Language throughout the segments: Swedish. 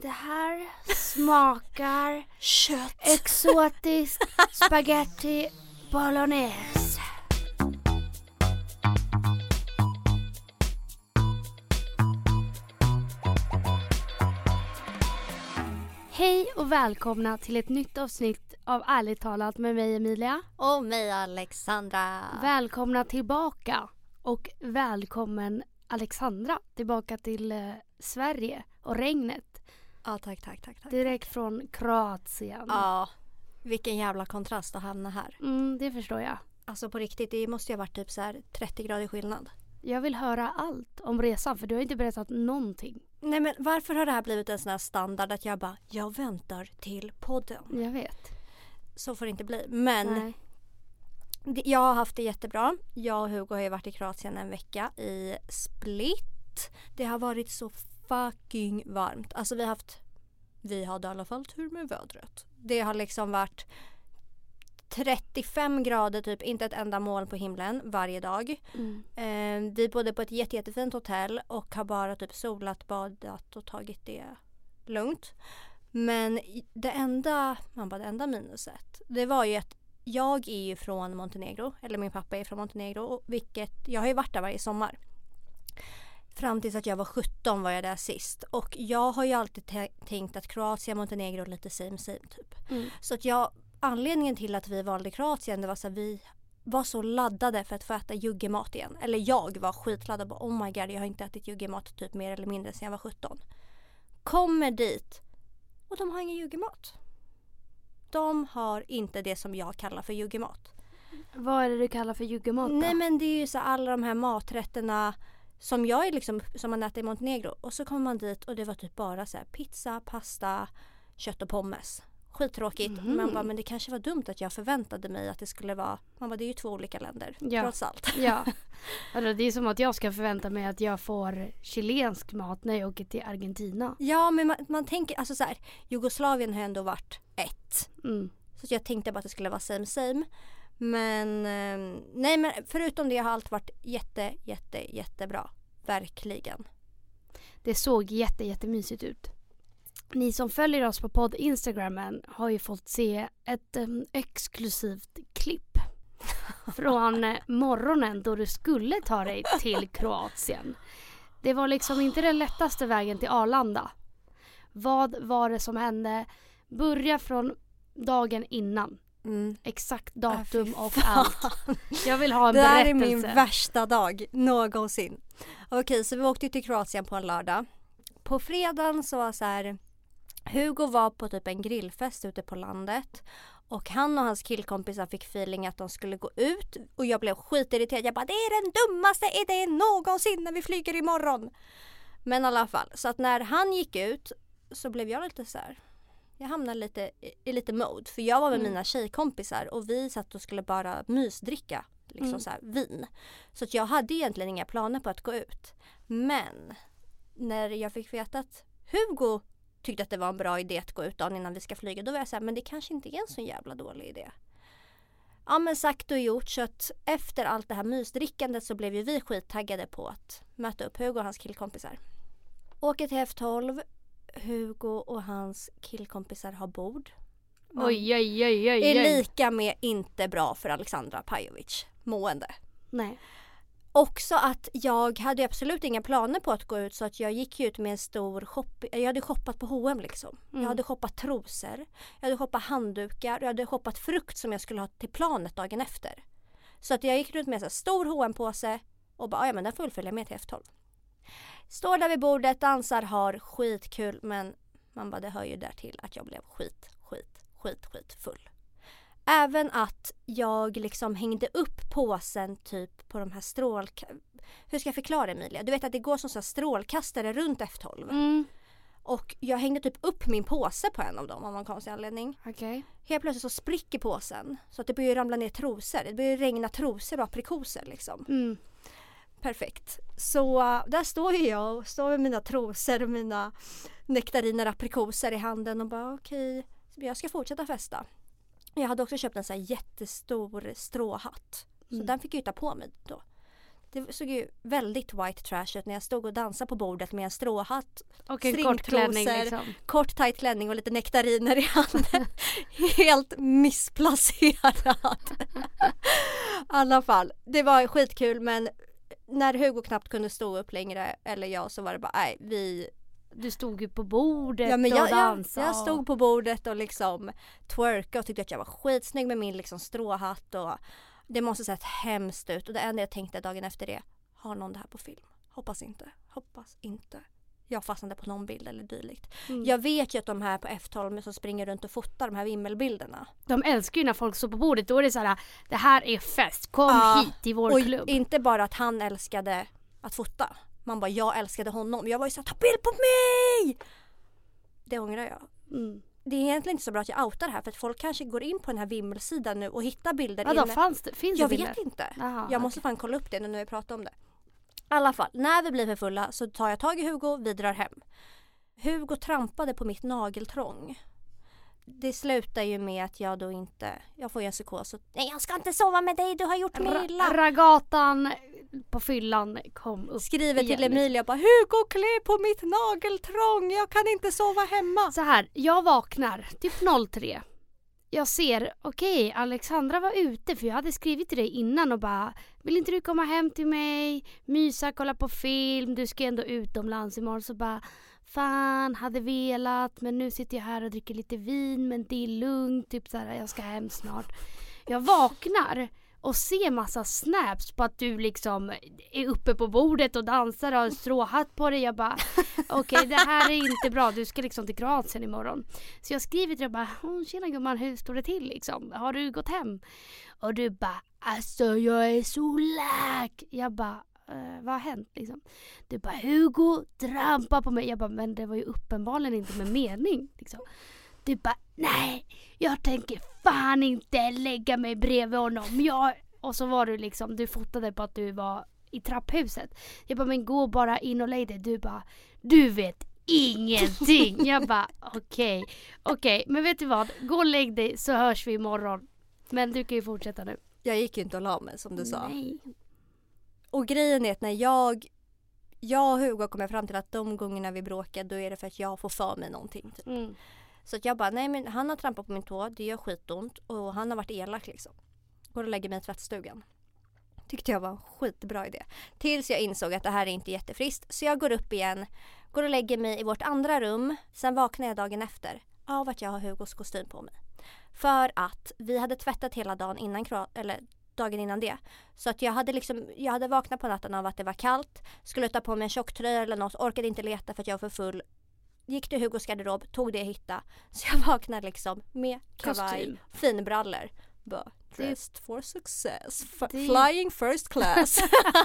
Det här smakar kött. Exotisk spaghetti bolognese. Hej och välkomna till ett nytt avsnitt av Ärligt talat med mig Emilia. Och mig Alexandra. Välkomna tillbaka och välkommen Alexandra tillbaka till Sverige och regnet. Ja, tack. Direkt från Kroatien. Ja, vilken jävla kontrast att hamna här. Det förstår jag. Alltså på riktigt, det måste ju ha varit typ så här 30 grader skillnad. Jag vill höra allt om resan för du har inte berättat någonting. Nej, men varför har det här blivit en sån här standard att jag väntar till podden? Jag vet. Så får det inte bli. Men Nej. Jag har haft det jättebra. Jag och Hugo har ju varit i Kroatien en vecka i Split. Det har varit så fucking varmt. Alltså vi hade i alla fall tur med vädret. Det har liksom varit 35 grader typ, inte ett enda moln på himlen varje dag. Vi bodde på ett jättefint hotell och har bara typ solat, badat och tagit det lugnt. Men det enda minuset, det var ju att jag är ju från Montenegro, eller min pappa är från Montenegro, vilket jag har ju varit där varje sommar. Fram tills att jag var 17 var jag där sist. Och jag har ju alltid tänkt att Kroatien, Montenegro är lite same typ. Så att anledningen till att vi valde Kroatien, det var så att vi var så laddade för att få äta juggemat igen. Eller jag var skitladdad och oh my god, jag har inte ätit juggemat typ mer eller mindre sedan jag var 17. Kommer dit och de har ingen juggemat. De har inte det som jag kallar för juggemat. Vad är det du kallar för juggemat då? Nej, men det är ju så alla de här maträtterna som jag är liksom, som man äter i Montenegro. Och så kommer man dit och det var typ bara så här pizza, pasta, kött och pommes. Skittråkigt. Men det kanske var dumt att jag förväntade mig att det skulle vara, det är ju 2 olika länder, trots allt. Ja, alltså, det är som att jag ska förvänta mig att jag får chilensk mat när jag åker till Argentina. Ja, men man tänker, alltså så här, Jugoslavien har ändå varit ett. Så jag tänkte bara att det skulle vara same. Men nej, men förutom det har allt varit jättebra. Verkligen. Det såg jättemysigt ut. Ni som följer oss på podd Instagramen har ju fått se ett exklusivt klipp från morgonen då du skulle ta dig till Kroatien. Det var liksom inte den lättaste vägen till Arlanda. Vad var det som hände? Börja från dagen innan. Exakt datum och allt. Jag vill ha en berättelse. Det här är min värsta dag någonsin. Okej, så vi åkte till Kroatien på en lördag. På fredagen så var så här, Hugo var på typ en grillfest ute på landet. Och han och hans killkompisar fick feeling att de skulle gå ut. Och jag blev skitirriterad. Jag bara, det är den dummaste idén någonsin när vi flyger imorgon. Men i alla fall, så att när han gick ut så blev jag lite så här. Jag hamnade i lite mode. För jag var med mina tjejkompisar och vi satt och skulle bara mysdricka liksom så här, vin. Så att jag hade egentligen inga planer på att gå ut. Men när jag fick veta att Hugo tyckte att det var en bra idé att gå ut dagen innan vi ska flyga, då var jag så här, men det kanske inte är en så jävla dålig idé. Ja, men sagt och gjort, så att efter allt det här mysdrickandet så blev ju vi skittaggade på att möta upp Hugo och hans killkompisar. Åker till F12. Hugo och hans killkompisar har bord. Oj. Är lika med inte bra för Alexandra Pajovic mående. Nej. Också att jag hade absolut inga planer på att gå ut, så att jag gick ut med en stor jag hade shoppat på H&M liksom. Jag hade shoppat trosor, jag hade shoppat handdukar, jag hade shoppat frukt som jag skulle ha till planet dagen efter. Så att jag gick ut med en stor H&M-påse och bara, ja men den får väl följa med till F12. Står där vid bordet, dansar, har skitkul, men man bara, det hör ju där till att jag blev skit full. Även att jag liksom hängde upp påsen typ på de här hur ska jag förklara, Emilia? Du vet att det går som så strålkastare runt F12. Och jag hängde typ upp min påse på en av dem av någon konstig anledning. Okej. Helt plötsligt så spricker påsen så att det börjar ramla ner trosor. Det börjar regna trosor och aprikoser liksom. Perfekt. Så där står jag och står med mina trosor och mina nektariner, aprikoser i handen och bara okej, jag ska fortsätta festa. Jag hade också köpt en så här jättestor stråhatt. Så den fick jag ta på mig då. Det såg ju väldigt white trash ut när jag stod och dansade på bordet med en stråhatt. Och en kort klänning liksom. Kort tajt klänning och lite nektariner i handen. Helt missplacerad. I alla fall, det var skitkul, men när Hugo knappt kunde stå upp längre, eller jag, så var det bara, nej, Du stod ju på bordet ja, men och dansade. Jag stod på bordet och liksom twerkade och tyckte att jag var skitsnygg med min liksom stråhatt, och det måste sett hemskt ut. Och det enda jag tänkte dagen efter det, har någon det här på film? Hoppas inte. Jag fastnade på någon bild eller dylikt. Jag vet ju att de här på F12 som springer runt och fotar de här vimmelbilderna. De älskar ju när folk står på bordet. Då är det så här, det här är fest. Kom hit i vår klubb. Och inte bara att han älskade att fota. Man bara, jag älskade honom. Jag var ju så här, ta bild på mig! Det ångrar jag. Det är egentligen inte så bra att jag outar det här, för att folk kanske går in på den här vimmelsidan nu och hittar bilder. Ja, då finns jag det vet inte. Aha, jag måste fan kolla upp det nu när vi pratar om det. I alla fall, när vi blir för fulla så tar jag tag i Hugo, vi drar hem. Hugo trampade på mitt nageltrång. Det slutar ju med att jag får ju en psykos. Nej, jag ska inte sova med dig, du har gjort mig illa. Ragatan på fyllan kom upp. Skriver till Emilia bara, Hugo klä på mitt nageltrång, jag kan inte sova hemma. Så här, jag vaknar typ 03. Jag ser, okej, Alexandra var ute, för jag hade skrivit till dig innan och bara, vill inte du komma hem till mig, mysa, kolla på film, du ska ändå utomlands imorgon. Så bara, fan, hade velat, men nu sitter jag här och dricker lite vin, men det är lugnt, typ så här, jag ska hem snart. Jag vaknar och ser massa snaps på att du liksom är uppe på bordet och dansar och har en stråhatt på dig. Jag bara, okej, det här är inte bra. Du ska liksom till Kroatien imorgon. Så jag skriver till dig och bara, tjena gumman, hur står det till liksom? Har du gått hem? Och du bara, alltså jag är så lack. Jag bara, vad har hänt liksom? Du bara, Hugo trampa på mig. Jag bara, men det var ju uppenbarligen inte med mening liksom. Du bara, nej, jag tänker fan inte lägga mig bredvid honom. Och så var du liksom, du fotade på att du var i trapphuset. Jag bara, men gå bara in och lägg dig. Du bara, du vet ingenting. Jag bara, okej, men vet du vad? Gå och lägg dig så hörs vi imorgon. Men du kan ju fortsätta nu. Jag gick ju inte och la mig som du sa. Nej. Och grejen är att när jag och Hugo kommer fram till att de gångerna vi bråkar, då är det för att jag får för mig någonting typ. Så att jag bara, nej men han har trampat på min tå, det gör skitont och han har varit elak liksom. Går och lägger mig i tvättstugan. Tyckte jag var en skitbra idé. Tills jag insåg att det här är inte jättefriskt. Så jag går upp igen, går och lägger mig i vårt andra rum. Sen vaknar jag dagen efter av att jag har Hugos kostym på mig. För att vi hade tvättat hela dagen innan, eller dagen innan det. Så att jag hade vaknat på natten av att det var kallt. Skulle ta på mig en tjocktröja eller något. Orkade inte leta för att jag var för full. Gick till Hugos garderob, tog det jag hittade. Så jag vaknade liksom med kavaj, finbrallor. Bara, dressed for success. Flying first class.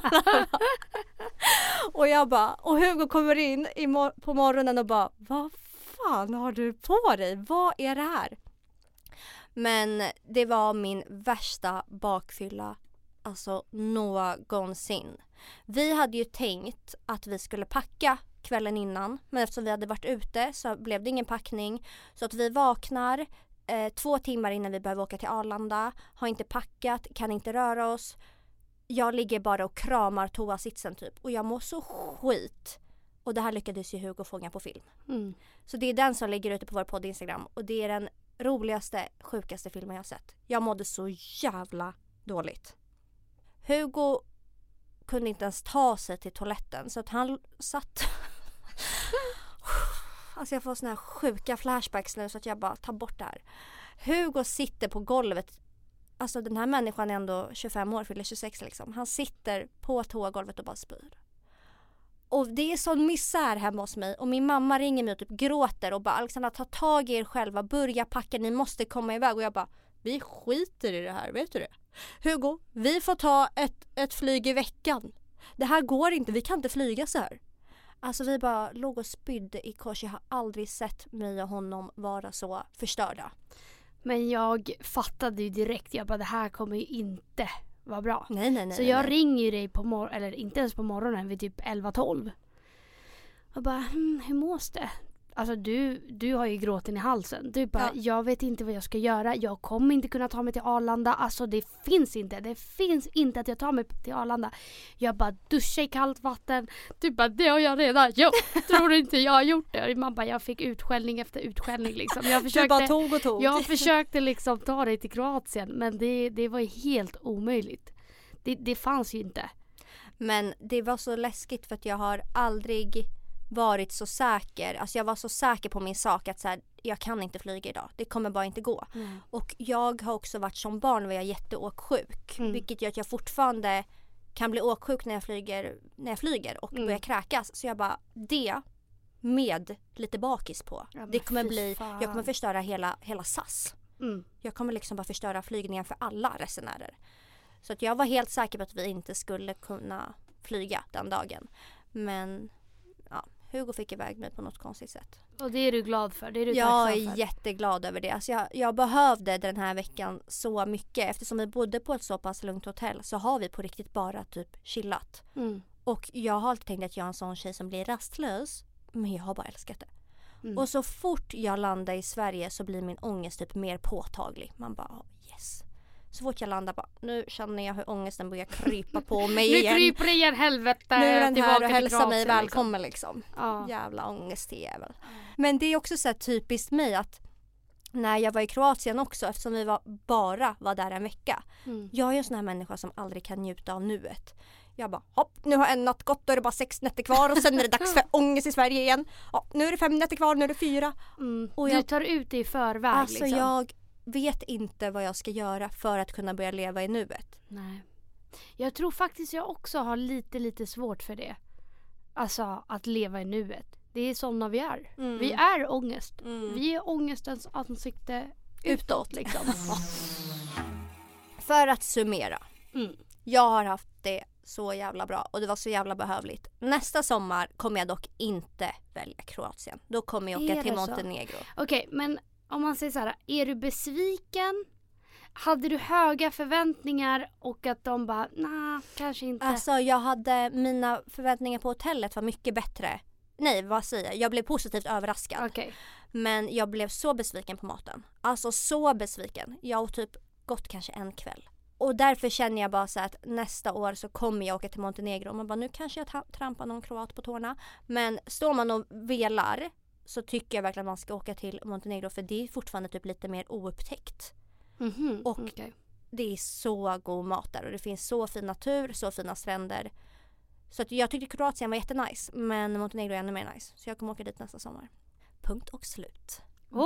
Och jag bara, och Hugo kommer in på morgonen och bara, vad fan har du på dig? Vad är det här? Men det var min värsta bakfylla alltså någonsin. Vi hade ju tänkt att vi skulle packa kvällen innan, men eftersom vi hade varit ute så blev det ingen packning. Så att vi vaknar 2 timmar innan vi behöver åka till Arlanda, har inte packat, kan inte röra oss. Jag ligger bara och kramar toasitsen typ, och jag mår så skit. Och det här lyckades ju Hugo fånga på film. Så det är den som ligger ute på vår podd Instagram, och det är den roligaste, sjukaste filmen jag har sett. Jag mådde så jävla dåligt. Hugo kunde inte ens ta sig till toaletten, så att han satt... Alltså jag får såna här sjuka flashbacks nu, så att jag bara tar bort det här. Hugo sitter på golvet. Alltså den här människan är ändå 25 år, fyller 26 liksom. Han sitter på toagolvet och bara spyr. Och det är sån misär hemma hos mig. Och min mamma ringer mig och typ gråter och bara, Alexandra, ta tag i er själva, börja packa, ni måste komma iväg. Och jag bara, vi skiter i det här, vet du det? Hugo, vi får ta ett flyg i veckan. Det här går inte, vi kan inte flyga så här. Alltså vi bara låg och spydde i kors. Jag har aldrig sett mig och honom vara så förstörda. Men jag fattade ju direkt, jag bara, det här kommer ju inte vara bra. Nej. Så jag ringer ju dig på morgonen, eller inte ens på morgonen, vid typ 11-12. Och bara, hur mås det? Alltså du har ju gråten i halsen. Du bara, jag vet inte vad jag ska göra. Jag kommer inte kunna ta mig till Arlanda. Alltså det finns inte att jag tar mig till Arlanda. Jag bara duscha i kallt vatten. Du bara, det har jag redan gjort. Tror du inte jag har gjort det? Man bara, jag fick utskällning efter utskällning liksom. Du bara tog. Jag försökte liksom ta dig till Kroatien. Men det var ju helt omöjligt. Det fanns ju inte. Men det var så läskigt för att jag har aldrig varit så säker. Alltså jag var så säker på min sak att så här, jag kan inte flyga idag. Det kommer bara inte gå. Och jag har också varit som barn var jag jätteåksjuk. Vilket gör att jag fortfarande kan bli åksjuk när jag flyger och börjar kräkas. Så jag bara, det med lite bakis på. Det kommer bli, jag kommer förstöra hela SAS. Jag kommer liksom bara förstöra flygningen för alla resenärer. Så att jag var helt säker på att vi inte skulle kunna flyga den dagen. Men ja, Hugo fick iväg mig på något konstigt sätt. Och det är du glad för? Det är du jag är jätteglad över det. Alltså jag behövde den här veckan så mycket. Eftersom vi bodde på ett så pass lugnt hotell så har vi på riktigt bara typ chillat. Och jag har alltid tänkt att jag är en sån tjej som blir rastlös. Men jag har bara älskat det. Och så fort jag landar i Sverige så blir min ångest typ mer påtaglig. Man bara, yes. Så fort jag landar bara, nu känner jag hur ångesten börjar krypa på mig igen. Nu kryper det igen, helvete. Nu är den här och hälsar mig välkommen liksom. Jävla ångestjävel. Men det är också så här typiskt mig att när jag var i Kroatien också, eftersom vi bara var där en vecka. Jag är en sån här människa som aldrig kan njuta av nuet. Jag bara, hopp, nu har en natt gått, då är det bara 6 nätter kvar och sen är det dags för ångest i Sverige igen. Ja, nu är det 5 nätter kvar, nu är det 4. Och du tar ut det i förväg alltså liksom. Jag vet inte vad jag ska göra för att kunna börja leva i nuet. Nej. Jag tror faktiskt jag också har lite svårt för det. Alltså att leva i nuet. Det är sådana vi är. Vi är ångest. Vi är ångestens ansikte utåt liksom. För att summera. Jag har haft det så jävla bra och det var så jävla behövligt. Nästa sommar kommer jag dock inte välja Kroatien. Då kommer jag åka till Montenegro. Okej, men om man säger så här, är du besviken? Hade du höga förväntningar och att de bara, nej, kanske inte. Alltså mina förväntningar på hotellet var mycket bättre. Nej, vad säger jag? Jag blev positivt överraskad. Okay. Men jag blev så besviken på maten. Alltså så besviken. Jag har typ gått kanske en kväll. Och därför känner jag bara så att nästa år så kommer jag åka till Montenegro. Och man bara, nu kanske jag trampar någon kroat på tårna. Men står man och velar så tycker jag verkligen att man ska åka till Montenegro. För det är fortfarande typ lite mer oupptäckt. Och det är så god mat där. Och det finns så fin natur, så fina stränder. Så att jag tyckte Kroatien var jättenice. Men Montenegro är ännu mer nice. Så jag kommer åka dit nästa sommar. Punkt och slut.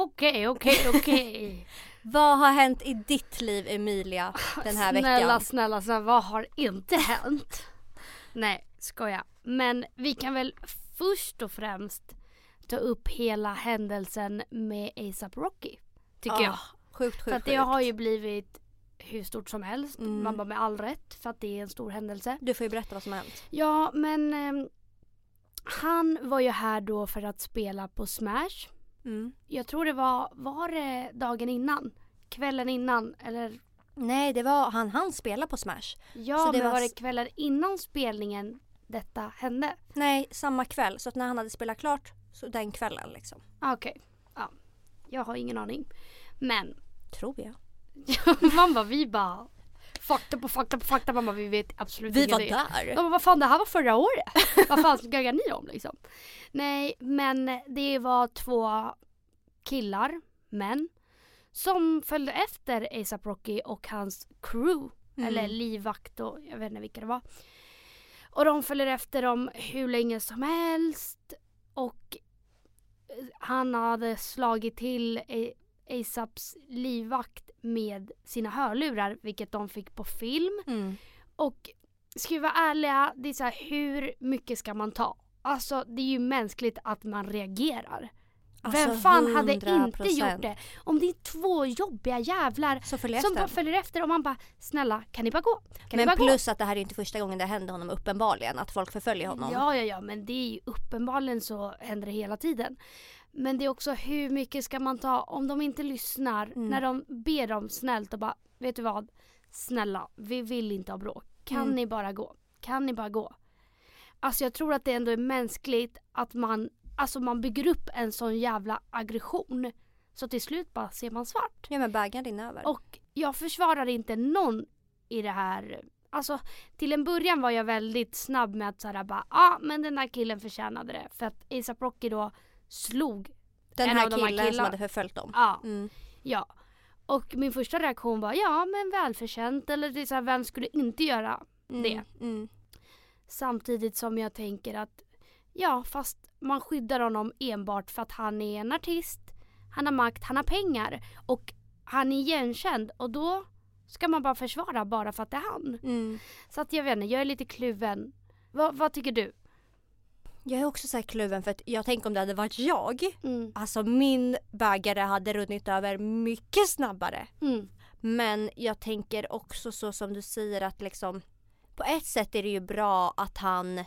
Okej. Vad har hänt i ditt liv, Emilia, den här veckan? Snälla, vad har inte hänt? Nej, skoja. Men vi kan väl först och främst ta upp hela händelsen med A$AP Rocky, tycker jag. Sjukt. För att det har ju blivit hur stort som helst. Man bara med all rätt, för att det är en stor händelse. Du får ju berätta vad som har hänt. Ja, men han var ju här då för att spela på Smash. Jag tror det var det dagen innan? Kvällen innan? Eller? Nej, det var han spelade på Smash. Ja, så men var det kvällen innan spelningen detta hände? Nej, samma kväll. Så att när han hade spelat klart, så den kvällen liksom. Okej. Ja. Jag har ingen aning. Men. Tror jag. Vi bara. Fakta på fakta. Mamma, vi vet absolut ingenting. Vi var där. De bara, vad fan, det här var förra året. Vad fan gaggar ni om liksom? Nej, men det var 2 killar, män, som följde efter A$AP Rocky och hans crew. Eller livvakt och jag vet inte vilka det var. Och de följer efter dem hur länge som helst. Och han hade slagit till A$APs livvakt med sina hörlurar, vilket de fick på film. Och ska vi vara ärliga, det är så här, hur mycket ska man ta? Alltså det är ju mänskligt att man reagerar. Alltså, vem fan hade inte gjort det? Om det är 2 jobbiga jävlar som bara följer efter och man bara, snälla, kan ni bara gå? Men plus att det här är inte första gången det händer honom uppenbarligen, att folk förföljer honom. Ja, men det är ju uppenbarligen så händer det hela tiden. Men det är också hur mycket ska man ta om de inte lyssnar när de ber dem snällt och bara, vet du vad? Snälla, vi vill inte ha bråk. Kan ni bara gå? Alltså jag tror att det ändå är mänskligt att man alltså man bygger upp en sån jävla aggression. Så till slut bara ser man svart. Ja, men bägaren rinner över. Och jag försvarar inte någon i det här. Alltså till en början var jag väldigt snabb med att såhär bara, men den här killen förtjänade det. För att A$AP Rocky då slog den en här av de killen som killarna. hade förföljt dem. Ja, Mm. ja. Och min första reaktion var, ja men välförtjänt. Eller det är så här, vem skulle inte göra det? Mm. Samtidigt som jag tänker att, ja fast man skyddar honom enbart för att han är en artist. Han har makt, han har pengar. Och han är igenkänd. Och då ska man bara försvara bara för att det är han. Mm. Så att jag vet inte, jag är lite kluven. Vad tycker du? Jag är också så här kluven för att jag tänker om det hade varit jag. Mm. Alltså min bägare hade runnit över mycket snabbare. Mm. Men jag tänker också så som du säger att liksom på ett sätt är det ju bra att han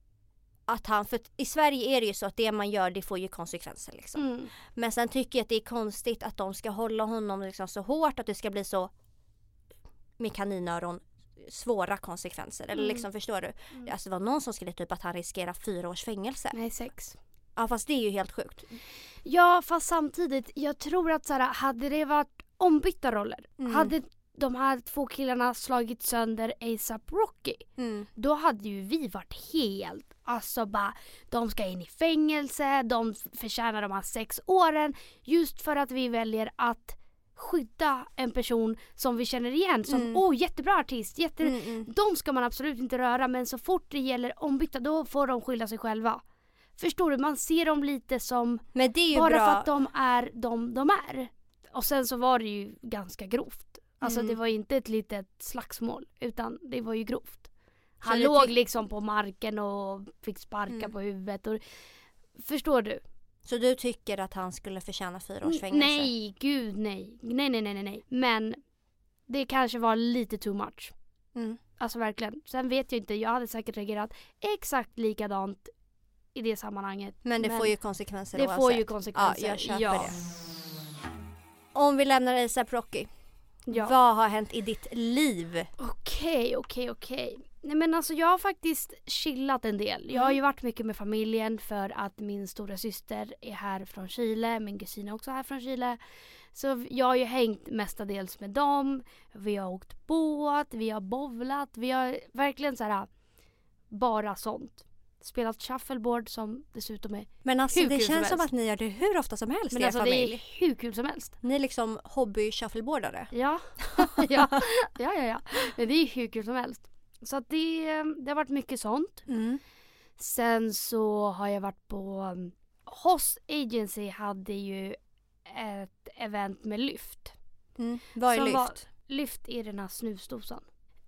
för i Sverige är det ju så att det man gör det får ju konsekvenser liksom. Mm. Men sen tycker jag att det är konstigt att de ska hålla honom liksom så hårt att det ska bli så med kaninöron svåra konsekvenser. Eller liksom förstår du? Alltså det var någon som skulle typ att han riskerar 4 års fängelse. Nej, 6. Ja fast det är ju helt sjukt. Ja fast samtidigt, jag tror att så här, hade det varit ombytta roller. Hade de här 2 killarna slagit sönder A$AP Rocky. Då hade ju vi varit helt, alltså bara, de ska in i fängelse, de förtjänar de här 6 åren. Just för att vi väljer att skydda en person som vi känner igen som jättebra artist, de ska man absolut inte röra, men så fort det gäller ombytta då får de skylla sig själva. Förstår du, man ser dem lite som men det är ju bara bra. för att de är de är. Och sen så var det ju ganska grovt. Alltså det var inte ett litet slagsmål utan det var ju grovt. Han låg liksom på marken och fick sparka på huvudet och, förstår du? Så du tycker att han skulle förtjäna 4 års fängelse? Nej, gud nej. Nej. Men det kanske var lite too much. Alltså verkligen. Sen vet jag inte, jag hade säkert reagerat exakt likadant i det sammanhanget. Men det får ju konsekvenser oavsett. Det får ju konsekvenser. Ja, jag köper det. Om vi lämnar A$AP Rocky. Ja. Vad har hänt i ditt liv? Okej. Nej men alltså jag har faktiskt chillat en del. Jag har ju varit mycket med familjen för att min stora syster är här från Chile. Min kusin är också här från Chile. Så jag har ju hängt mestadels med dem. Vi har åkt båt, vi har bowlat. Vi har verkligen så här bara sånt. Spelat shuffleboard som dessutom är men alltså hur det kul känns som som att ni gör det hur ofta som helst men i er alltså familj. Det är hur kul som helst. Ni är liksom hobby-shuffleboardare. Ja. ja. Men det är hur kul som helst. Så att det har varit mycket sånt. Sen så har jag varit på Hoss Agency hade ju ett event med lyft. Vad är lyft? Lyft är den här snusdosan.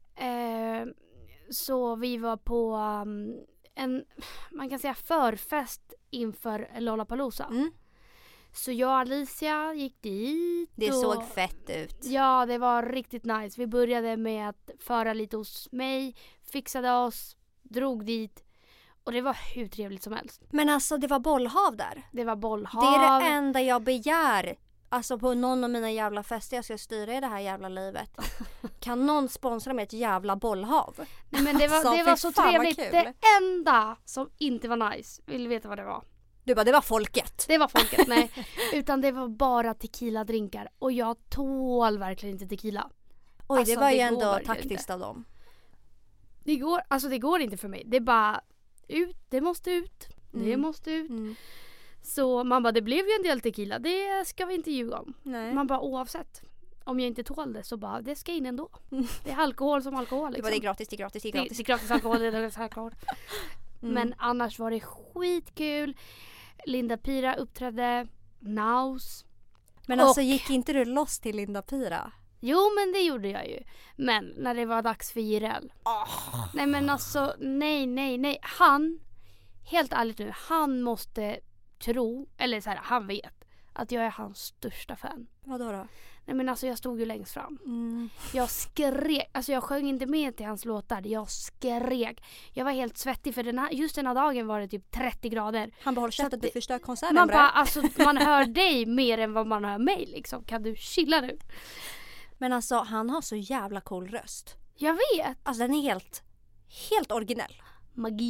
Så vi var på en, man kan säga förfest inför Lollapalooza. Så jag och Alicia gick dit. Det såg fett ut. Ja, det var riktigt nice. Vi började med att föra lite hos mig, fixade oss, drog dit. Och det var hur trevligt som helst. Men alltså det var bollhav där. Det var bollhav. Det är det enda jag begär. Alltså på någon av mina jävla fester jag ska styra i det här jävla livet. Kan någon sponsra med ett jävla bollhav? Nej, men det var, alltså, det var så trevligt. Kul. Det enda som inte var nice, vill du veta vad det var? Du bara, det var folket. Det var folket, nej. Utan det var bara tequila-drinkar. Och jag tål verkligen inte tequila. Oj, alltså, det var ju ändå taktiskt av dem. Det går inte för mig. Det är bara ut, det måste ut. Det måste ut. Så man bara, det blev ju en del tequila. Det ska vi inte ljuga om. Nej. Man bara, oavsett. Om jag inte tål det så bara, det ska in ändå. Det är alkohol som alkohol. Liksom. Det är gratis, det är gratis. Det är gratis alkohol, det är gratis alkohol. Men annars var det skitkul. Linda Pira uppträdde. Naus. Men alltså gick inte du loss till Linda Pira? Jo, men det gjorde jag ju. Men när det var dags för IRL. Nej men alltså, nej. Han, helt ärligt nu, han måste tro, eller så här, han vet att jag är hans största fan. Vadå då? Nej men alltså jag stod ju längst fram. Jag skrek, alltså jag sjöng inte med till hans låtar. Jag skrek. Jag var helt svettig för just den här dagen var det typ 30 grader. Han bara, håll käften, du förstör konserten. Man bara, alltså man hör dig mer än vad man hör mig liksom. Kan du chilla nu? Men alltså han har så jävla cool röst. Jag vet. Alltså den är helt originell. Magi.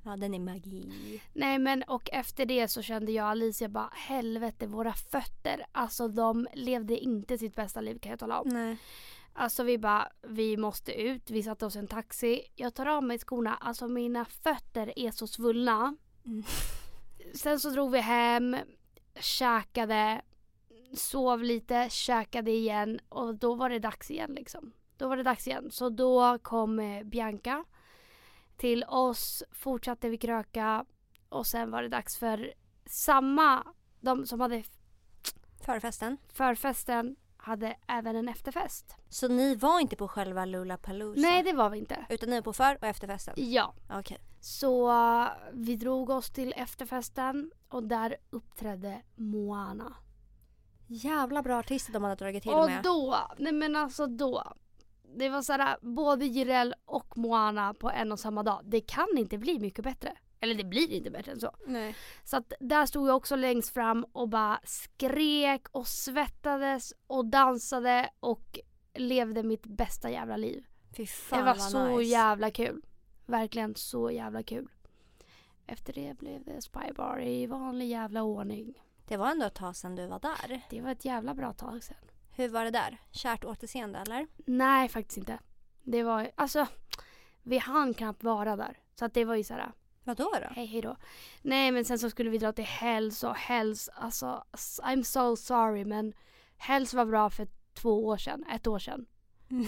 Ja, den är magi. Nej men och efter det så kände jag och Alicia bara helvete våra fötter. Alltså de levde inte sitt bästa liv kan jag tala om. Nej. Alltså vi måste ut. Vi satte oss i en taxi. Jag tar av mig skorna. Alltså mina fötter är så svullna. Mm. Sen så drog vi hem. Käkade. Sov lite. Käkade igen. Och då var det dags igen liksom. Så då kom Bianca till oss. Fortsatte vi kröka. Och sen var det dags för de som hade förfesten hade även en efterfest. Så ni var inte på själva Lollapalooza? Nej, det var vi inte. Utan ni är på för- och efterfesten? Ja. Okej. Så vi drog oss till efterfesten och där uppträdde Moana. Jävla bra artister de hade dragit till Och med. då. Det var såhär, både Jireel och Moana på en och samma dag. Det kan inte bli mycket bättre. Eller det blir inte bättre än så. Nej. Så att där stod jag också längst fram och bara skrek och svettades och dansade och levde mitt bästa jävla liv. Fy fan, det var vad så nice. jävla kul. Verkligen så jävla kul. Efter det blev det Spybar i vanlig jävla ordning. Det var ändå ett tag sedan du var där. Det var ett jävla bra tag sedan. Hur var det där? Kärt återseende eller? Nej, faktiskt inte. Det var, alltså, vi hann knappt vara där. Så att det var ju såhär, Vadå då? hej då. Nej, men sen så skulle vi dra till Hells och Hells, alltså, I'm so sorry, men Hells var bra för 1 år sedan. Mm.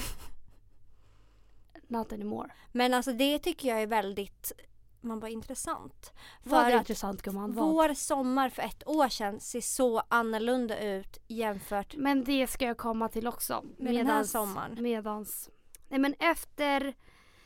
Not anymore. Men alltså det tycker jag är väldigt intressant. Vad För är att intressant gumman? Vad? vår sommar för 1 år sedan ser så annorlunda ut jämfört Men det ska jag komma till också. med den här sommaren. Nej, men efter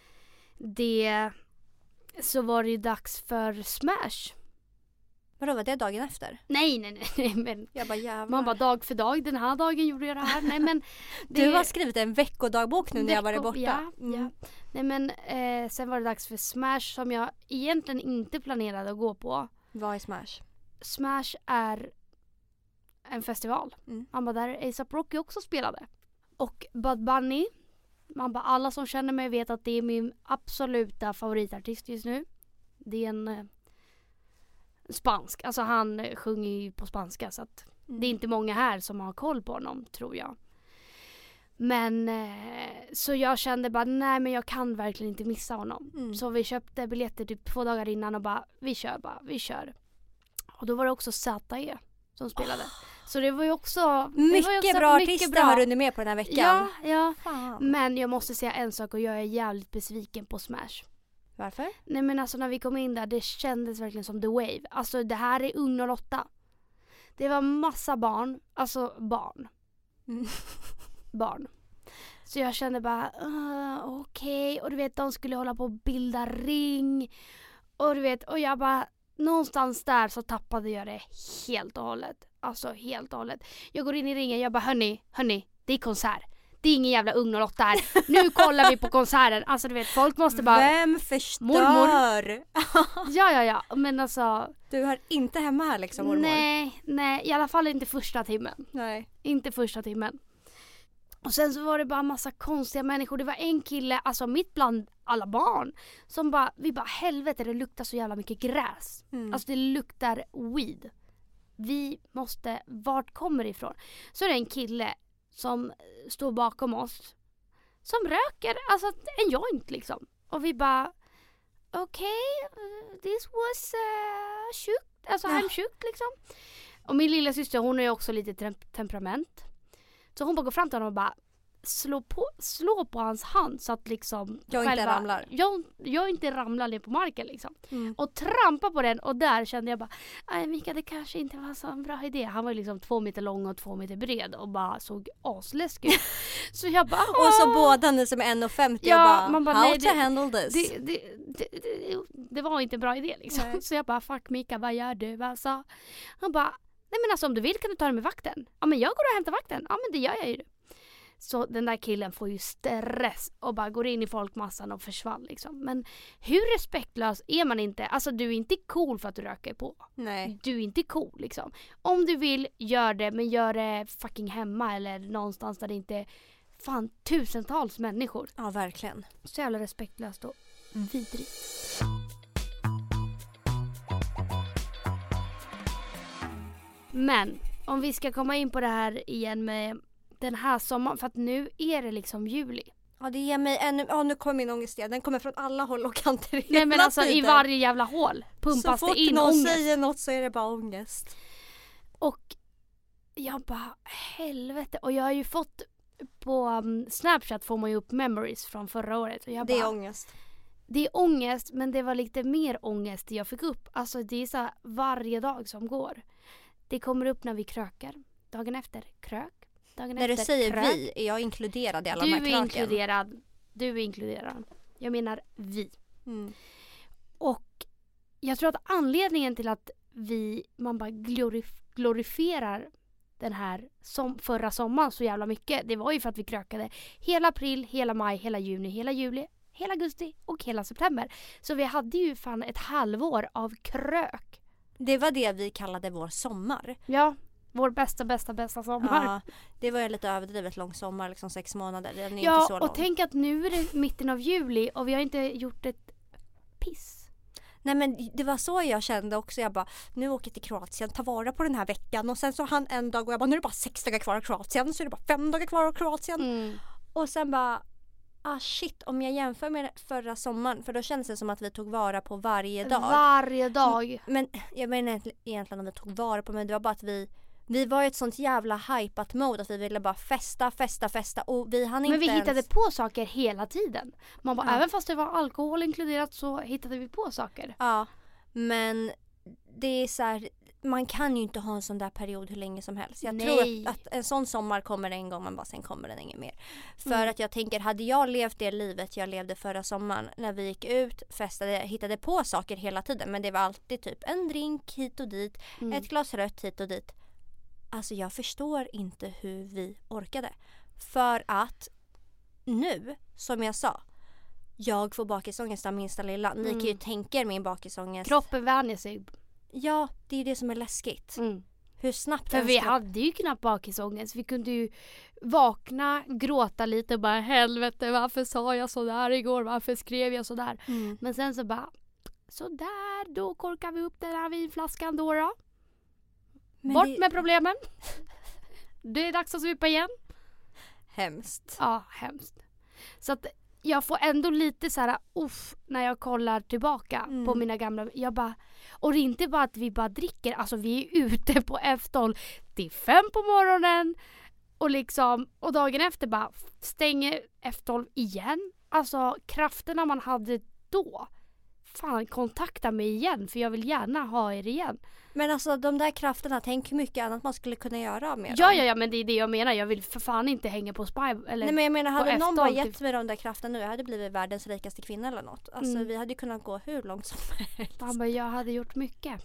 det så var det ju dags för Smash. Vadå, var det dagen efter? Nej, men Jag bara jävlar. man bara dag för dag. Den här dagen gjorde jag det här. Nej, men Du har skrivit en veckodagbok nu när jag varit borta. Ja. Nej, men sen var det dags för Smash som jag egentligen inte planerade att gå på. Vad är Smash? Smash är en festival. Mm. Man bara där A$AP Rocky också spelade. Och Bad Bunny. Man bara alla som känner mig vet att det är min absoluta favoritartist just nu. Det är en spansk. Alltså han sjunger ju på spanska så att det är inte många här som har koll på honom tror jag. Men så jag kände bara nej men jag kan verkligen inte missa honom. Mm. Så vi köpte biljetter typ 2 dagar innan och bara vi kör. Och då var det också ZE som spelade. Så det var ju också Mycket bra artister har du nu med på den här veckan. Ja. Fan. Men jag måste säga en sak och jag är jävligt besviken på Smash. Varför? Nej men alltså när vi kom in där det kändes verkligen som The Wave. Alltså det här är ung 08. Det var massa barn. Alltså barn. Barn. Så jag kände bara okej. Och du vet de skulle hålla på att bilda ring. Och du vet och jag bara någonstans där så tappade jag det helt och hållet. Alltså helt och hållet. Jag går in i ringen jag bara hörni det är konsert. Det är ingen jävla ung 08 här. Nu kollar vi på konserten. Alltså du vet folk måste bara Vem förstör? Mormor. Ja. Men alltså Du hör inte hemma här liksom mormor. Nej, i alla fall inte första timmen. Nej. Inte första timmen. Och sen så var det bara massa konstiga människor. Det var en kille, alltså mitt bland alla barn, som bara, vi bara helvete det luktar så jävla mycket gräs. Alltså det luktar weed. Vi måste, vart kommer det ifrån? Så är det en kille som står bakom oss som röker, alltså en joint liksom. Och vi bara okej, this was sjukt, alltså I'm sjukt liksom. Och min lilla syster hon är också lite temperament. Så hon bara går fram till honom och bara slå på hans hand så att liksom inte ramlar. Jag inte ramlar ner på marken liksom. Och trampa på den och där kände jag bara nej Mika det kanske inte var så en bra idé. Han var liksom 2 meter lång och 2 meter bred och bara såg asläskig ut. Så jag bara och så båda ni som är 1,50 ja, och bara man bara how nej, to handle this. Det var inte en bra idé liksom. Nej. Så jag bara fuck Mika vad gör du? Alltså, han bara nej men alltså om du vill kan du ta det med vakten. Ja men jag går och hämtar vakten. Ja men det gör jag ju. Så den där killen får ju stress och bara går in i folkmassan och försvann liksom. Men hur respektlös är man inte? Alltså du är inte cool för att du röker på. Nej. Du är inte cool liksom. Om du vill, gör det. Men gör det fucking hemma eller någonstans där det inte är fan tusentals människor. Ja verkligen. Så jävla respektlöst och vidrigt. Men om vi ska komma in på det här igen med den här sommaren. För att nu är det liksom juli. Ja, det ger mig nu kommer min ångest igen. Den kommer från alla håll och kanter. Nej, men alltså i varje jävla hål pumpas det in ångest. Så fort någon säger något så är det bara ångest. Och jag bara, helvete. Och jag har ju fått på Snapchat får man ju upp memories från förra året. Och jag det är ångest. Det är ångest, men det var lite mer ångest jag fick upp. Alltså det är så här, varje dag som går. Det kommer upp när vi krökar. Dagen efter krök. Dagen när efter du säger krök. Vi, är jag inkluderad i alla de här kröken? Du är inkluderad. Jag menar vi. Mm. Och jag tror att anledningen till att man bara glorifierar den här förra sommaren så jävla mycket. Det var ju för att vi krökade hela april, hela maj, hela juni, hela juli, hela augusti och hela september. Så vi hade ju fan ett halvår av krök. Det var det vi kallade vår sommar. Ja, vår bästa sommar. Ja, det var ju lite överdrivet lång sommar, liksom 6 månader. Den är ja, inte så lång. Och tänk att nu är det mitten av juli och vi har inte gjort ett piss. Nej, men det var så jag kände också. Jag bara, nu åker jag till Kroatien, ta vara på den här veckan. Och sen så han en dag och jag bara, nu är det bara 6 dagar kvar av Kroatien. Så är det bara 5 dagar kvar av Kroatien. Och sen bara, shit, om jag jämför med förra sommaren. För då kändes det som att vi tog vara på varje dag. Varje dag. Men jag menar egentligen om vi tog vara på, men det var bara att vi var i ett sånt jävla hypat mode att vi ville bara festa och vi hann inte. Men vi hittade på saker hela tiden. Man bara, även fast det var alkohol inkluderat så hittade vi på saker. Ja, men det är så här, man kan ju inte ha en sån där period hur länge som helst. Jag tror att en sån sommar kommer en gång, men bara sen kommer den ingen mer. För att jag tänker, hade jag levt det livet jag levde förra sommaren när vi gick ut, festade, hittade på saker hela tiden, men det var alltid typ en drink hit och dit, ett glas rött hit och dit. Alltså jag förstår inte hur vi orkade. För att nu, som jag sa, jag får bakisångest av minsta lilla. Ni kan ju tänka er min bakisångest. Kroppen vänjer sig. Ja, det är det som är läskigt. Hur snabbt. För vi hade ju knappt bakisångest. Vi kunde ju vakna, gråta lite och bara, helvete, varför sa jag så där igår? Varför skrev jag så där? Men sen så bara, så där, då korkar vi upp den här vinflaskan då. Men bort med problemen. Det är dags att supa igen. Hemskt. Ja, hemskt. Så att jag får ändå lite så här när jag kollar tillbaka på mina gamla. Jag bara, och det är inte bara att vi bara dricker. Alltså vi är ute på F12 till 5 på morgonen. Och liksom, och dagen efter bara stänger F12 igen. Alltså krafterna man hade då. Fan, kontakta mig igen för jag vill gärna ha er igen. Men alltså de där krafterna, tänk hur mycket annat man skulle kunna göra med dem. Ja, men det är det jag menar. Jag vill för fan inte hänga på Spy eller. Nej, men jag menar, hade någon bara gett mig de där krafterna nu, jag hade blivit världens rikaste kvinna eller något. Alltså vi hade kunnat gå hur långt som helst. Ja, men jag hade gjort mycket.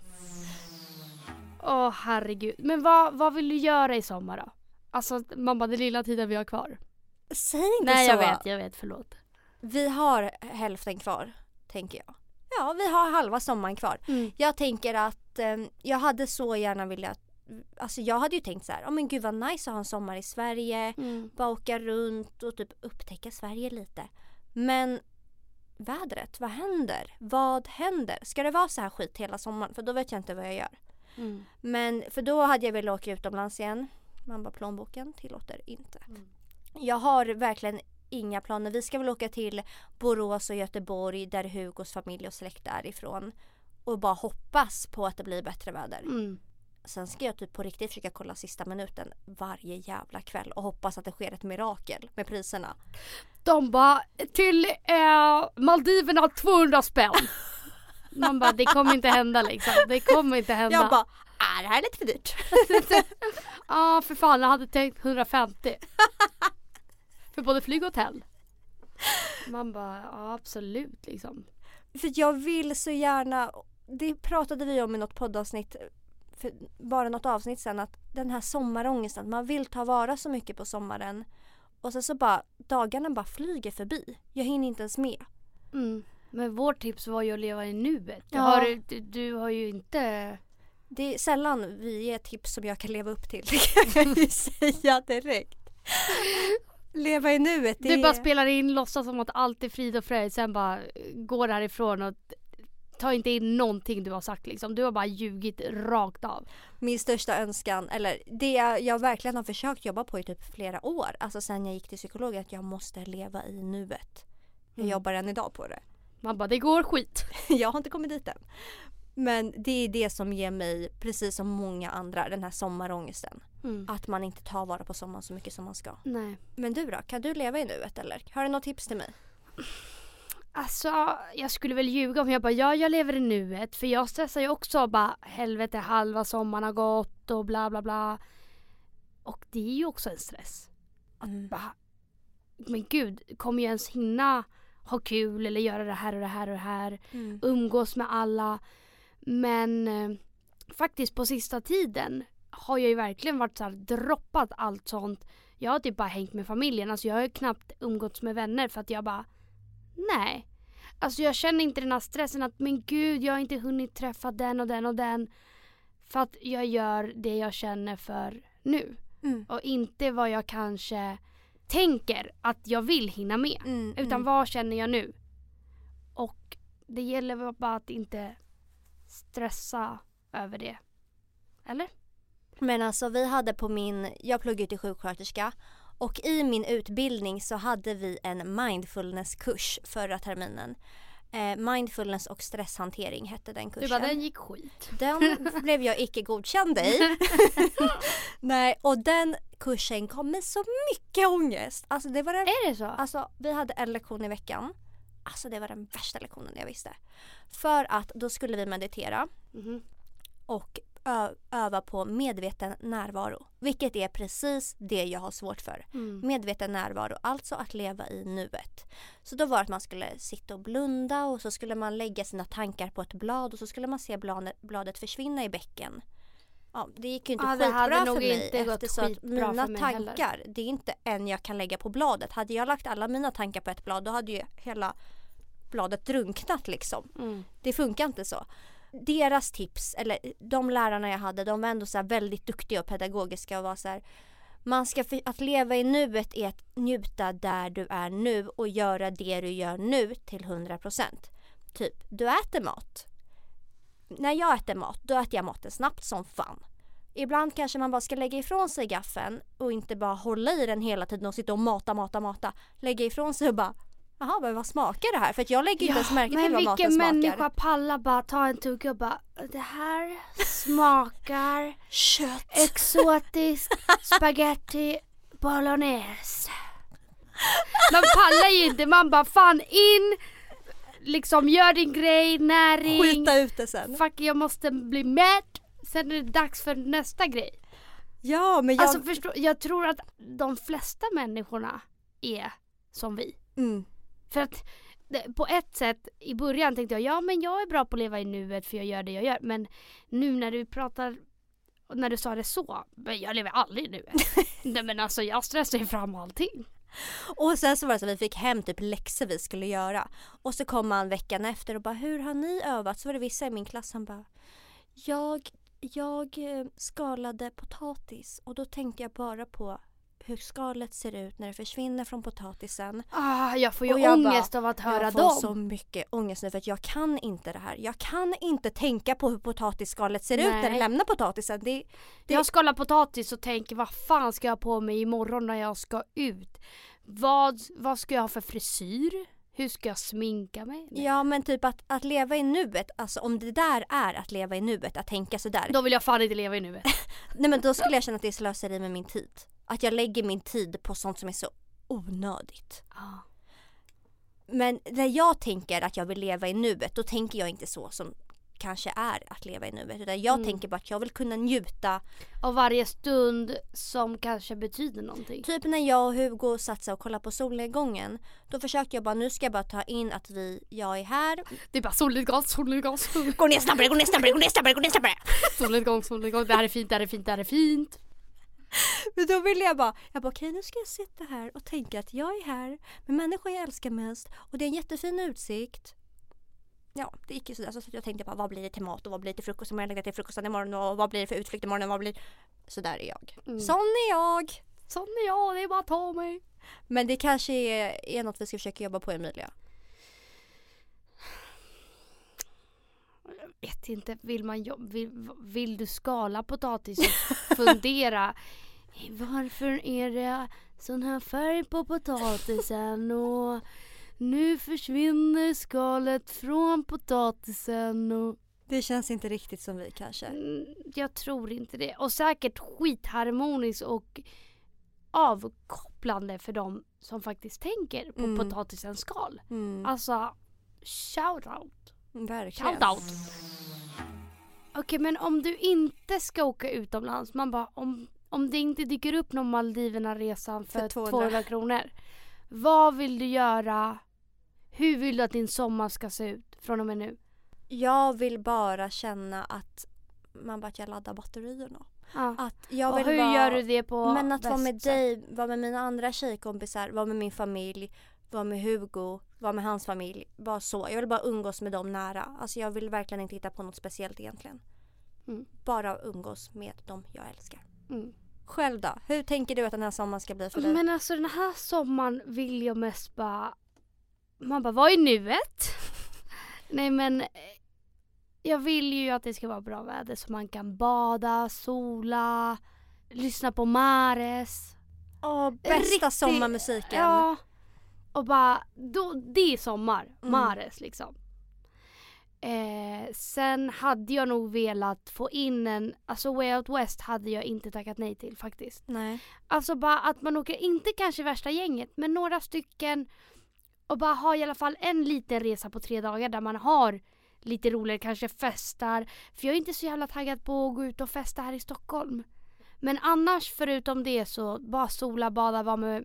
Herregud. Men vad vill du göra i sommar då? Alltså mamma, den lilla tiden vi har kvar. Säg inte Nej, så. Jag vet, förlåt. Vi har hälften kvar, tänker jag. Ja, vi har halva sommaren kvar. Jag tänker att jag hade så gärna velat. Alltså jag hade ju tänkt så här, men gud vad nice att ha en sommar i Sverige. Bara åka runt och typ upptäcka Sverige lite. Men vädret, vad händer? Ska det vara så här skit hela sommaren? För då vet jag inte vad jag gör. Men för då hade jag velat åka utomlands igen. Man bara, plånboken tillåter inte. Jag har verkligen inga planer. Vi ska väl åka till Borås och Göteborg där Hugos familj och släkt är ifrån. Och bara hoppas på att det blir bättre väder. Sen ska jag typ på riktigt försöka kolla sista minuten varje jävla kväll. Och hoppas att det sker ett mirakel med priserna. De bara, till Maldiverna 200 spänn. Man bara, det kommer inte hända liksom. Det kommer inte hända. Jag bara, det här är lite för dyrt. Ja, för fan, jag hade tänkt 150. För både flyg och hotell. Man bara, ja, absolut liksom. För jag vill så gärna, det pratade vi om i något poddavsnitt, för bara något avsnitt sen, att den här sommarångesten, man vill ta vara så mycket på sommaren. Och sen så bara, dagarna bara flyger förbi. Jag hinner inte ens med. Men vårt tips var ju att leva i nuet. Ja. Du har ju inte. Det är sällan vi ger tips som jag kan leva upp till. Det kan jag ju säga direkt. Leva i nuet. Du bara spelar in, låtsas som att allt är frid och fröjd. Sen bara går härifrån och tar inte in någonting du har sagt liksom. Du har bara ljugit rakt av. Min största önskan, eller det jag verkligen har försökt jobba på i typ flera år. Alltså sen jag gick till psykolog, att jag måste leva i nuet. Jag jobbar än idag på det. Man bara, det går skit. Jag har inte kommit dit än. Men det är det som ger mig, precis som många andra, den här sommarångesten. Att man inte tar vara på sommaren så mycket som man ska. Nej. Men du då? Kan du leva i nuet eller? Har du något tips till mig? Alltså, jag skulle väl ljuga om jag bara, jag lever i nuet. För jag stressar ju också bara, helvete, halva sommaren har gått och bla bla bla. Och det är ju också en stress. Att bara, men gud, kommer jag ens hinna ha kul eller göra det här och det här och det här. Umgås med alla. Men faktiskt på sista tiden har jag ju verkligen varit så här, droppat allt sånt. Jag har typ bara hängt med familjen. Alltså jag har ju knappt umgåtts med vänner för att jag bara, nej. Alltså jag känner inte den här stressen att men gud, jag har inte hunnit träffa den och den och den. För att jag gör det jag känner för nu. Och inte vad jag kanske tänker att jag vill hinna med. Utan vad känner jag nu? Och det gäller bara att inte stressa över det. Eller? Men alltså vi hade jag pluggade till sjuksköterska. Och i min utbildning så hade vi en mindfulnesskurs förra terminen. Mindfulness och stresshantering hette den kursen. Du bara, den gick skit. Den blev jag icke godkänd i. Nej, och den kursen kom med så mycket ångest. Alltså det var Är det så? Alltså vi hade en lektion i veckan. Alltså det var den värsta lektionen jag visste. För att då skulle vi meditera. Och öva på medveten närvaro. Vilket är precis det jag har svårt för. Medveten närvaro, alltså att leva i nuet. Så då var det att man skulle sitta och blunda och så skulle man lägga sina tankar på ett blad och så skulle man se bladet försvinna i bäcken. Ja, det gick ju inte skitbra för mig eftersom att mina tankar, det är inte en jag kan lägga på bladet. Hade jag lagt alla mina tankar på ett blad, då hade ju hela bladet drunknat liksom. Det funkar inte så. Deras tips, eller de lärarna jag hade, de var ändå så här väldigt duktiga och pedagogiska och var så här, att leva i nuet är att njuta där du är nu och göra det du gör nu till 100%. Typ, du äter mat. När jag äter mat, då äter jag maten snabbt som fan. Ibland kanske man bara ska lägga ifrån sig gaffeln och inte bara hålla i den hela tiden och sitta och mata. Lägga ifrån sig och bara, jaha, men vad smakar det här? För att jag lägger inte ens märke till vad maten smakar. Men vilken människa pallar bara ta en tugga och bara, det här smakar kött. Exotisk spaghetti bolognese. Man pallar ju inte, man bara fan in, liksom gör din grej, näring. Skita ut det sen. Fuck, jag måste bli mätt. Sen är det dags för nästa grej. Ja, men jag tror att de flesta människorna är som vi. För att på ett sätt i början tänkte jag, ja men jag är bra på att leva i nuet för jag gör det jag gör. Men nu när du sa det så, jag lever aldrig i nuet. Nej men alltså jag stressar ju fram allting. Och sen så var det så att vi fick hem typ läxor vi skulle göra. Och så kom man veckan efter och bara, hur har ni övat? Så var det vissa i min klass som bara, jag skalade potatis och då tänkte jag bara på hur skalet ser ut när det försvinner från potatisen. Jag får ju ångest av att höra dem. Jag får så mycket ångest nu för att jag kan inte det här. Jag kan inte tänka på hur potatisskalet ser ut när det lämnar potatisen. Jag skalar potatis och tänker, vad fan ska jag ha på mig imorgon när jag ska ut? Vad ska jag ha för frisyr? Hur ska jag sminka mig? Nej. Ja, men typ att leva i nuet, alltså om det där är att leva i nuet, att tänka sådär. Då vill jag fan inte leva i nuet. Nej, men då skulle jag känna att det är slöseri med min tid. Att jag lägger min tid på sånt som är så onödigt. Men när jag tänker att jag vill leva i nuet, då tänker jag inte så som kanske är att leva i nuet. Utan jag tänker bara att jag vill kunna njuta av varje stund som kanske betyder någonting. Typ när jag och Hugo satt och kollade på solnedgången, då försökte jag bara, nu ska jag bara ta in att jag är här. Det är bara solnedgång. Gå ner snabbare. Solnedgång. Det här är fint. Men då ville jag bara okej, nu ska jag sitta här och tänka att jag är här med människor jag älskar mest och det är en jättefin utsikt. Ja, det gick ju sådär, så jag tänkte bara, vad blir det till mat och vad blir det till frukost som jag lägger till frukosten imorgon och vad blir det för utflykt imorgon och vad blir... Sådär är jag. Sån är jag, det är bara att ta mig. Men det kanske är något vi ska försöka jobba på, Emilia. vet inte, vill du skala potatis och fundera varför är det sån här färg på potatisen och nu försvinner skalet från potatisen och Det känns inte riktigt som vi kanske. Jag tror inte det. Och säkert skitharmoniskt och avkopplande för de som faktiskt tänker på potatisens skal. Alltså, shout out. Verkligen. Shout out. Okej, men om du inte ska åka utomlands, man bara, om det inte dyker upp någon Maldiverna-resan för 200 kronor. Vad vill du göra? Hur vill du att din sommar ska se ut från och med nu? Jag vill bara känna att jag laddar batterierna. Ja. Att jag och vill hur gör du det på Men att vara med bäst dig, vara med mina andra tjejkompisar, vara med min familj, vara med Hugo, vara med hans familj, vara så. Jag vill bara umgås med dem nära. Alltså jag vill verkligen inte hitta på något speciellt egentligen. Bara umgås med dem jag älskar. Själv då? Hur tänker du att den här sommaren ska bli för dig? Men alltså den här sommaren vill jag mest bara... Man bara, vad är nuet? Nej men... Jag vill ju att det ska vara bra väder så man kan bada, sola, lyssna på Mares. Bästa sommarmusiken. Ja. Och bara, det är sommar. Mares liksom. Sen hade jag nog velat få in alltså Way Out West hade jag inte tackat nej till faktiskt. Nej. Alltså bara att man åker, inte kanske värsta gänget, men några stycken och bara ha i alla fall en liten resa på 3 dagar där man har lite roligare, kanske festar. För jag är inte så jävla taggad på att gå ut och festa här i Stockholm. Men annars förutom det så bara sola, bada, vara med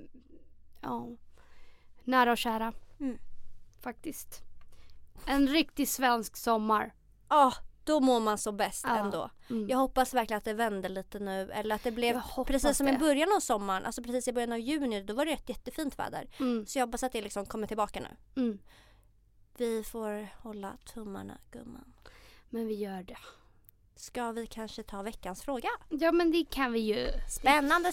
nära och kära. Faktiskt. En riktig svensk sommar. Då mår man så bäst ändå. Jag hoppas verkligen att det vänder lite nu. Eller att det blev precis som i början av sommaren. Alltså precis i början av juni. Då var det ett jättefint väder. Så jag hoppas att det liksom kommer tillbaka nu. Vi får hålla tummarna, gumman. Men vi gör det. Ska vi kanske ta veckans fråga? Ja, men det kan vi ju. Spännande.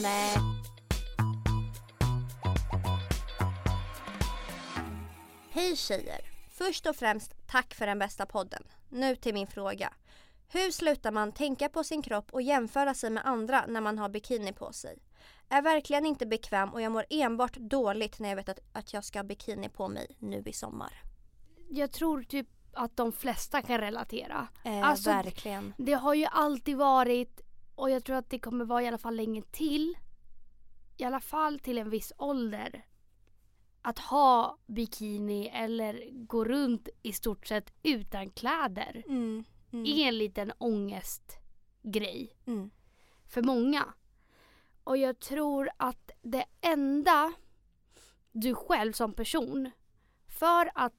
Hej tjejer. Först och främst tack för den bästa podden. Nu till min fråga. Hur slutar man tänka på sin kropp och jämföra sig med andra när man har bikini på sig? Är verkligen inte bekväm och jag mår enbart dåligt när jag vet att jag ska ha bikini på mig nu i sommar. Jag tror typ att de flesta kan relatera. Alltså, verkligen. Det har ju alltid varit, och jag tror att det kommer vara i alla fall länge till. I alla fall till en viss ålder. Att ha bikini eller gå runt i stort sett utan kläder. Är en liten ångestgrej. För många. Och jag tror att det enda du själv som person, för att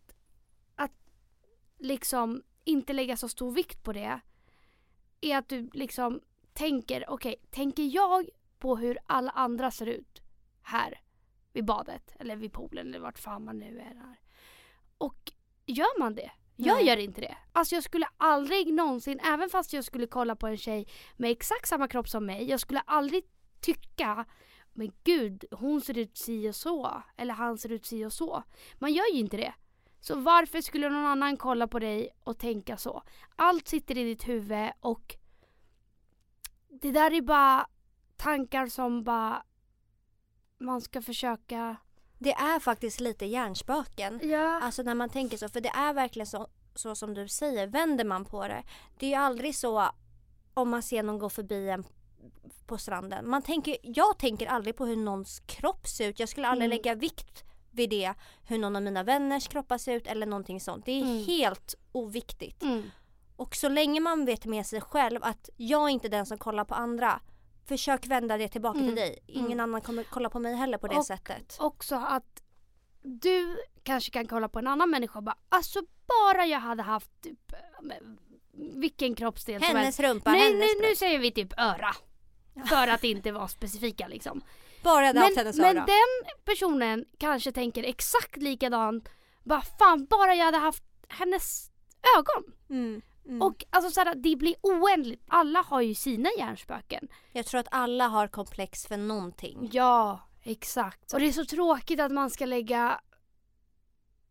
liksom inte lägga så stor vikt på det, är att du liksom tänker jag på hur alla andra ser ut här vid badet eller vid poolen eller vart fan man nu är här. Och gör man det? Jag gör inte det. Alltså jag skulle aldrig någonsin, även fast jag skulle kolla på en tjej med exakt samma kropp som mig, jag skulle aldrig tycka, men gud, hon ser ut si och så, eller han ser ut si och så. Man gör ju inte det. Så varför skulle någon annan kolla på dig och tänka så? Allt sitter i ditt huvud och det där är bara tankar som bara man ska försöka... Det är faktiskt lite hjärnspöken. Ja. Alltså när man tänker så. För det är verkligen så som du säger. Vänder man på det. Det är ju aldrig så om man ser någon gå förbi en på stranden. Jag tänker aldrig på hur någons kropp ser ut. Jag skulle aldrig lägga vikt vid det. Hur någon av mina vänners kroppar ser ut. Eller någonting sånt. Det är helt oviktigt. Och så länge man vet med sig själv att jag är inte den som kollar på andra. Försök vända det tillbaka till dig. Ingen annan kommer kolla på mig heller på det sättet. Också att du kanske kan kolla på en annan människa och bara, alltså bara jag hade haft typ, vilken kroppsdel som hennes rumpa, nu säger vi typ öra. För att inte vara specifika liksom. Bara hennes öra. Men den personen kanske tänker exakt likadant. Bara jag hade haft hennes ögon. Och alltså såhär, det blir oändligt. Alla har ju sina hjärnspöken. Jag tror att alla har komplex för någonting. Ja, exakt. Och det är så tråkigt att man ska lägga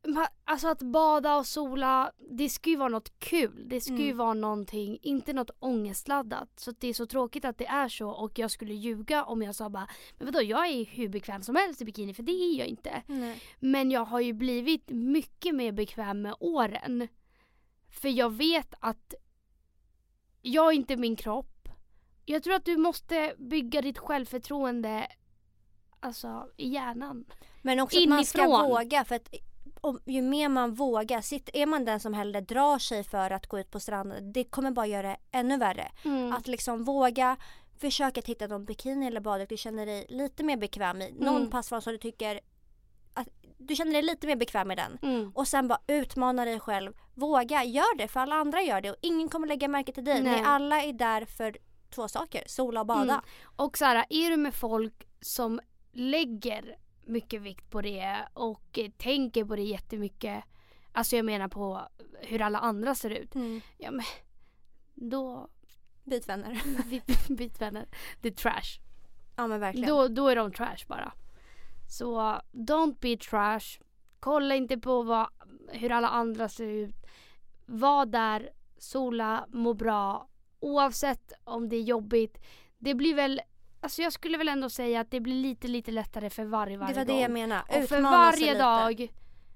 Alltså att bada och sola, det ska ju vara något kul. Det ska ju vara någonting, inte något ångestladdat. Så det är så tråkigt att det är så. Och jag skulle ljuga om jag sa bara, men vadå, jag är hur bekväm som helst i bikini, för det är jag inte. Nej. Men jag har ju blivit mycket mer bekväm med åren. För jag vet att jag är inte min kropp. Jag tror att du måste bygga ditt självförtroende alltså i hjärnan. Men också att man ska våga, för att ju mer man vågar, är man den som hellre drar sig för att gå ut på stranden, det kommer bara göra det ännu värre. Att liksom våga försöka hitta någon bikini eller baddräkt du känner dig lite mer bekväm i. Någon passform som du tycker att du känner dig lite mer bekväm med den. Och sen bara utmana dig själv. Våga, gör det, för alla andra gör det och ingen kommer lägga märke till dig. Ni alla är där för 2 saker, sola och bada. Och så här, är du med folk som lägger mycket vikt på det och tänker på det jättemycket, alltså jag menar på hur alla andra ser ut, ja men då byt vänner. byt vänner. Det är trash. Ja men verkligen. Då är de trash bara. Så don't be trash. Kolla inte på hur alla andra ser ut. Var där, sola, må bra, oavsett om det är jobbigt. Det blir väl, alltså jag skulle väl ändå säga att det blir lite lättare för varje gång. Det var det jag menar. Och för varje dag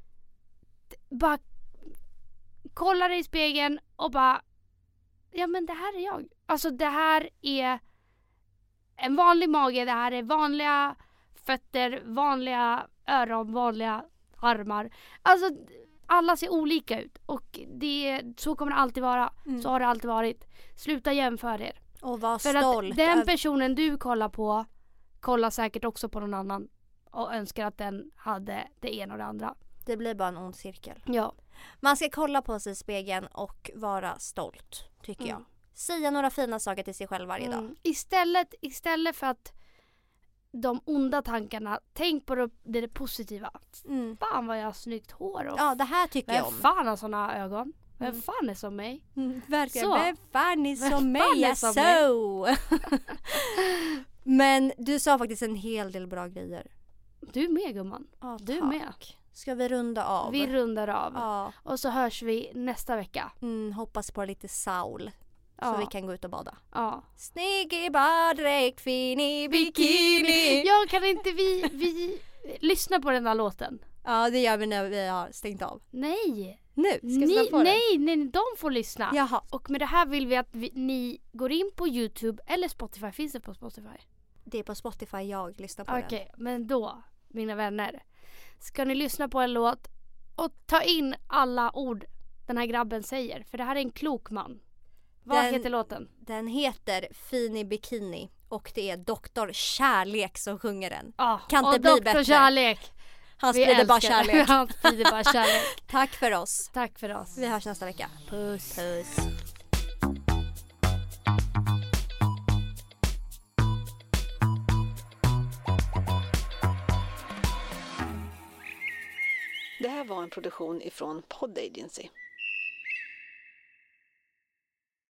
bara kolla dig i spegeln och bara, ja men det här är jag. Alltså det här är en vanlig mage, det här är vanliga fötter, vanliga öron, vanliga armar. Alltså alla ser olika ut och så kommer det alltid vara. Så har det alltid varit. Sluta jämföra er. Och var för stolt. Att den personen du kollar på kollar säkert också på någon annan och önskar att den hade det ena och det andra. Det blir bara en ond cirkel. Ja. Man ska kolla på sig i spegeln och vara stolt, tycker jag. Säga några fina saker till sig själv varje dag. Istället för att de onda tankarna, tänk på det positiva. Fan vad jag har snyggt hår. Och ja, det här tycker jag om. Vem fan har såna ögon? Vem fan är som mig? Verkligen. Så. Vem fan är som mig? Så. Men du sa faktiskt en hel del bra grejer. Du är med, gumman. Ja, du är med. Ska vi runda av? Vi rundar av. Ja. Och så hörs vi nästa vecka. Hoppas på lite sol. Så vi kan gå ut och bada. Ja. Snygg i baddräkt, fin i bikini. Ja, kan inte vi lyssna på den här låten? Ja, det gör vi när vi har stängt av. Nej. Nu ska vi på nej, de får lyssna. Jaha. Och med det här vill vi att ni går in på YouTube eller Spotify. Finns det på Spotify? Det är på Spotify jag lyssnar på den. Okej, men då, mina vänner, ska ni lyssna på en låt och ta in alla ord den här grabben säger. För det här är en klok man. Vad heter låten? Den heter Fin i bikini och det är Dr. Kärlek som sjunger den. Kan inte bli bättre. Kärlek. Han sprider bara kärlek. Han sprider bara kärlek. Tack för oss. Tack för oss. Vi hörs nästa vecka. Puss. Puss. Det här var en produktion ifrån Pod Agency.